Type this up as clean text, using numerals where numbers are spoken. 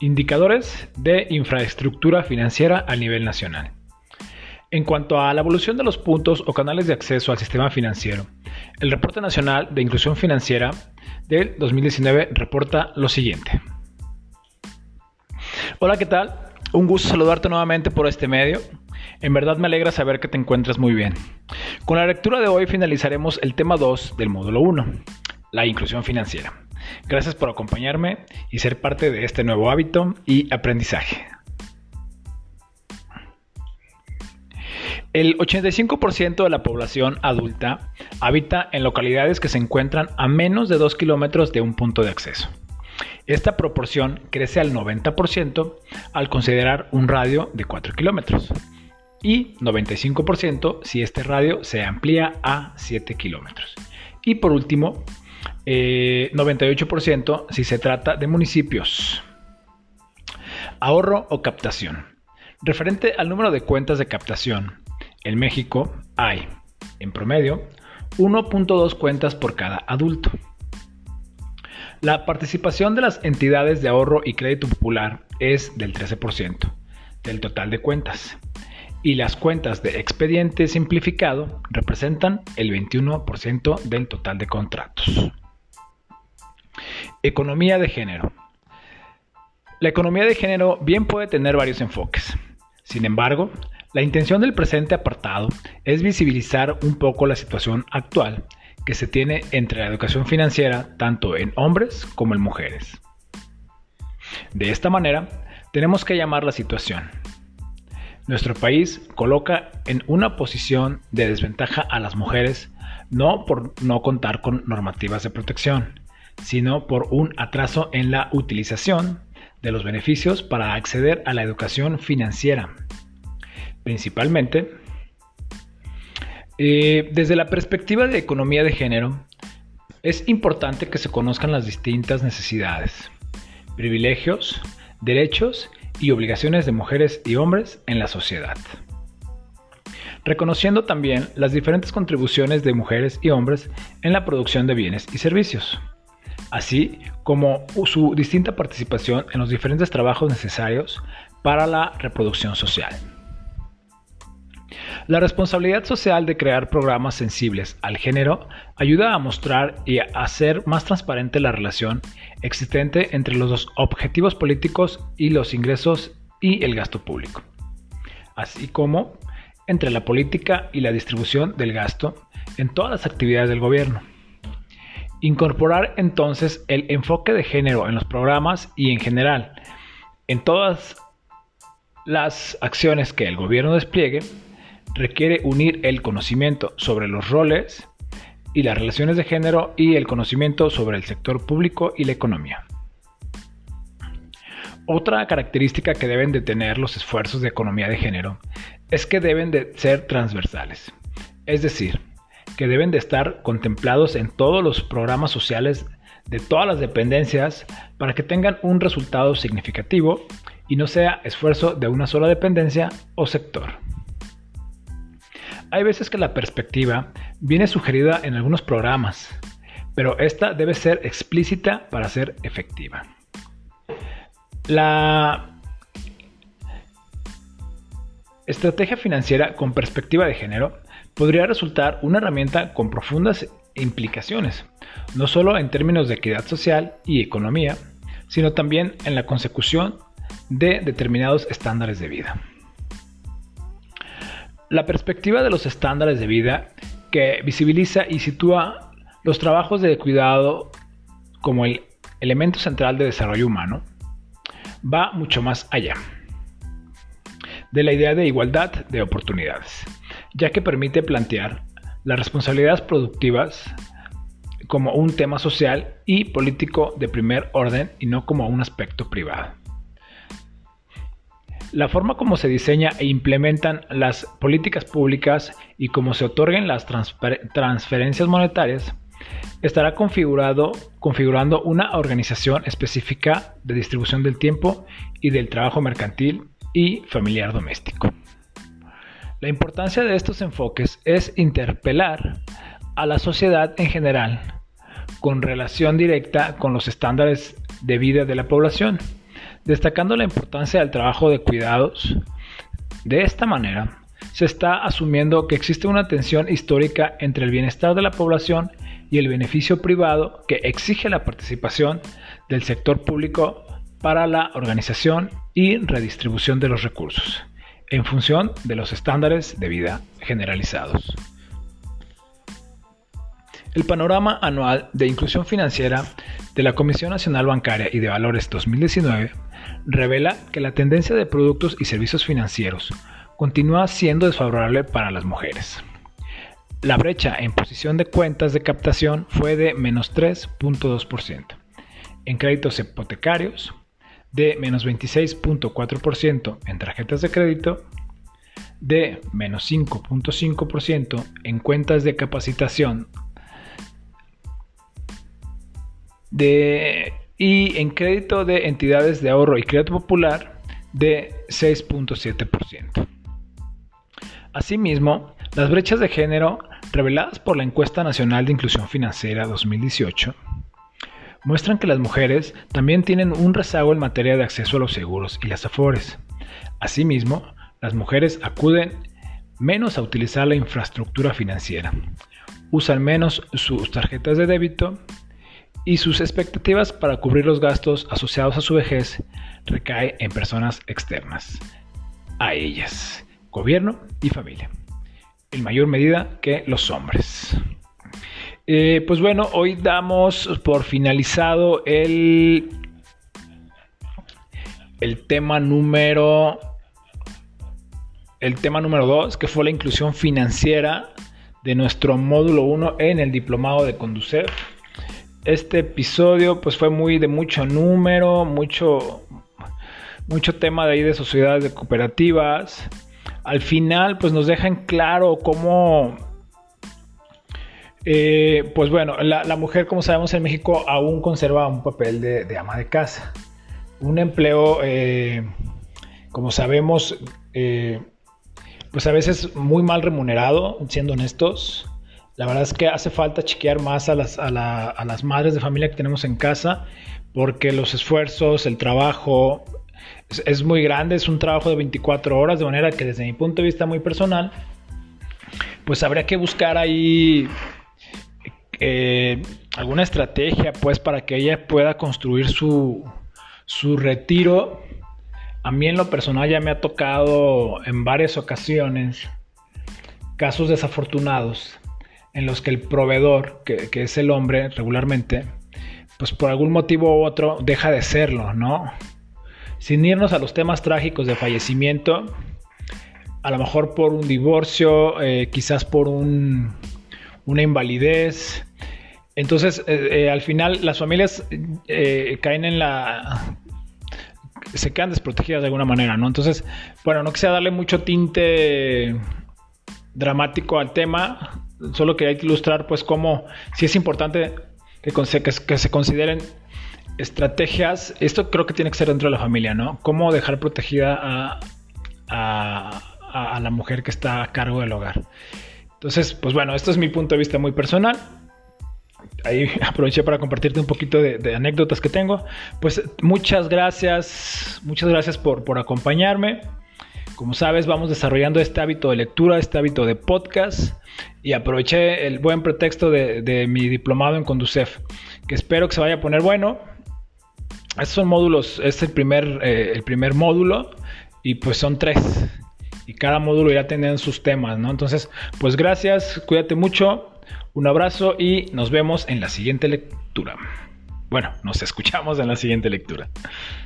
Indicadores de infraestructura financiera a nivel nacional. En cuanto a la evolución de los puntos o canales de acceso al sistema financiero, el Reporte Nacional de Inclusión Financiera del 2019 reporta lo siguiente. Hola, ¿qué tal? Un gusto saludarte nuevamente por este medio. En verdad me alegra saber que te encuentras muy bien. Con la lectura de hoy finalizaremos el tema 2 del módulo 1, la inclusión financiera. Gracias por acompañarme y ser parte de este nuevo hábito y aprendizaje. El 85% de la población adulta habita en localidades que se encuentran a menos de 2 kilómetros de un punto de acceso. Esta proporción crece al 90% al considerar un radio de 4 kilómetros y 95% si este radio se amplía a 7 kilómetros. Y por último, 98% si se trata de municipios. Ahorro o captación. Referente al número de cuentas de captación, en México hay, en promedio, 1.2 cuentas por cada adulto. La participación de las entidades de ahorro y crédito popular es del 13% del total de cuentas, y las cuentas de expediente simplificado representan el 21% del total de contratos. Economía de género. La economía de género bien puede tener varios enfoques. Sin embargo, la intención del presente apartado es visibilizar un poco la situación actual que se tiene entre la educación financiera tanto en hombres como en mujeres. De esta manera, tenemos que llamar la situación. Nuestro país coloca en una posición de desventaja a las mujeres no por no contar con normativas de protección, sino por un atraso en la utilización de los beneficios para acceder a la educación financiera. Principalmente, desde la perspectiva de economía de género, es importante que se conozcan las distintas necesidades, privilegios, derechos y obligaciones de mujeres y hombres en la sociedad, reconociendo también las diferentes contribuciones de mujeres y hombres en la producción de bienes y servicios, así como su distinta participación en los diferentes trabajos necesarios para la reproducción social. La responsabilidad social de crear programas sensibles al género ayuda a mostrar y a hacer más transparente la relación existente entre los dos objetivos políticos y los ingresos y el gasto público, así como entre la política y la distribución del gasto en todas las actividades del gobierno. Incorporar entonces el enfoque de género en los programas y en general en todas las acciones que el gobierno despliegue requiere unir el conocimiento sobre los roles y las relaciones de género y el conocimiento sobre el sector público y la economía. Otra característica que deben de tener los esfuerzos de economía de género es que deben de ser transversales, es decir, que deben de estar contemplados en todos los programas sociales de todas las dependencias para que tengan un resultado significativo y no sea esfuerzo de una sola dependencia o sector. Hay veces que la perspectiva viene sugerida en algunos programas, pero esta debe ser explícita para ser efectiva. La estrategia financiera con perspectiva de género podría resultar una herramienta con profundas implicaciones, no solo en términos de equidad social y economía, sino también en la consecución de determinados estándares de vida. La perspectiva de los estándares de vida que visibiliza y sitúa los trabajos de cuidado como el elemento central de desarrollo humano va mucho más allá de la idea de igualdad de oportunidades, ya que permite plantear las responsabilidades productivas como un tema social y político de primer orden y no como un aspecto privado. La forma como se diseña e implementan las políticas públicas y cómo se otorguen las transferencias monetarias estará configurando una organización específica de distribución del tiempo y del trabajo mercantil y familiar doméstico. La importancia de estos enfoques es interpelar a la sociedad en general con relación directa con los estándares de vida de la población, destacando la importancia del trabajo de cuidados. De esta manera, se está asumiendo que existe una tensión histórica entre el bienestar de la población y el beneficio privado que exige la participación del sector público para la organización y redistribución de los recursos, en función de los estándares de vida generalizados. El panorama anual de inclusión financiera de la Comisión Nacional Bancaria y de Valores 2019 revela que la tendencia de productos y servicios financieros continúa siendo desfavorable para las mujeres. La brecha en posición de cuentas de captación fue de menos 3.2%, en créditos hipotecarios, de menos 26.4% en tarjetas de crédito, de menos 5.5% en cuentas de capacitación y en crédito de entidades de ahorro y crédito popular de 6.7%. Asimismo, las brechas de género reveladas por la Encuesta Nacional de Inclusión Financiera 2018 muestran que las mujeres también tienen un rezago en materia de acceso a los seguros y las afores. Asimismo, las mujeres acuden menos a utilizar la infraestructura financiera, usan menos sus tarjetas de débito y sus expectativas para cubrir los gastos asociados a su vejez recae en personas externas a ellas, gobierno y familia, en mayor medida que los hombres. Pues bueno, hoy damos por finalizado el tema número 2, que fue la inclusión financiera de nuestro módulo 1 en el diplomado de Conducef. Este episodio pues fue de mucho número, mucho tema de ahí de sociedades, de cooperativas. Al final pues nos dejan claro cómo pues bueno, la mujer, como sabemos, en México aún conserva un papel de ama de casa, un empleo como sabemos pues a veces muy mal remunerado, siendo honestos. La verdad es que hace falta chequear más a las madres de familia que tenemos en casa, porque los esfuerzos, el trabajo es muy grande, es un trabajo de 24 horas, de manera que desde mi punto de vista muy personal, pues habría que buscar ahí alguna estrategia pues para que ella pueda construir su retiro. A mí en lo personal ya me ha tocado en varias ocasiones casos desafortunados en los que el proveedor, que es el hombre regularmente, pues por algún motivo u otro deja de serlo, ¿no? Sin irnos a los temas trágicos de fallecimiento, a lo mejor por un divorcio, quizás por una invalidez. Entonces, al final las familias caen se quedan desprotegidas de alguna manera, ¿no? Entonces, bueno, no quisiera darle mucho tinte dramático al tema, solo quería ilustrar pues cómo sí es importante que se consideren estrategias. Esto creo que tiene que ser dentro de la familia, ¿no? Cómo dejar protegida a la mujer que está a cargo del hogar. Entonces, pues bueno, esto es mi punto de vista muy personal. Ahí aproveché para compartirte un poquito de anécdotas que tengo. Pues muchas gracias por acompañarme. Como sabes, vamos desarrollando este hábito de lectura, este hábito de podcast, y aproveché el buen pretexto de mi diplomado en Conducef, que espero que se vaya a poner bueno. Estos son módulos, es el primer módulo, y pues son 3, y cada módulo irá teniendo sus temas, ¿no? Entonces, pues gracias, cuídate mucho. Un abrazo y nos vemos en la siguiente lectura. Bueno, nos escuchamos en la siguiente lectura.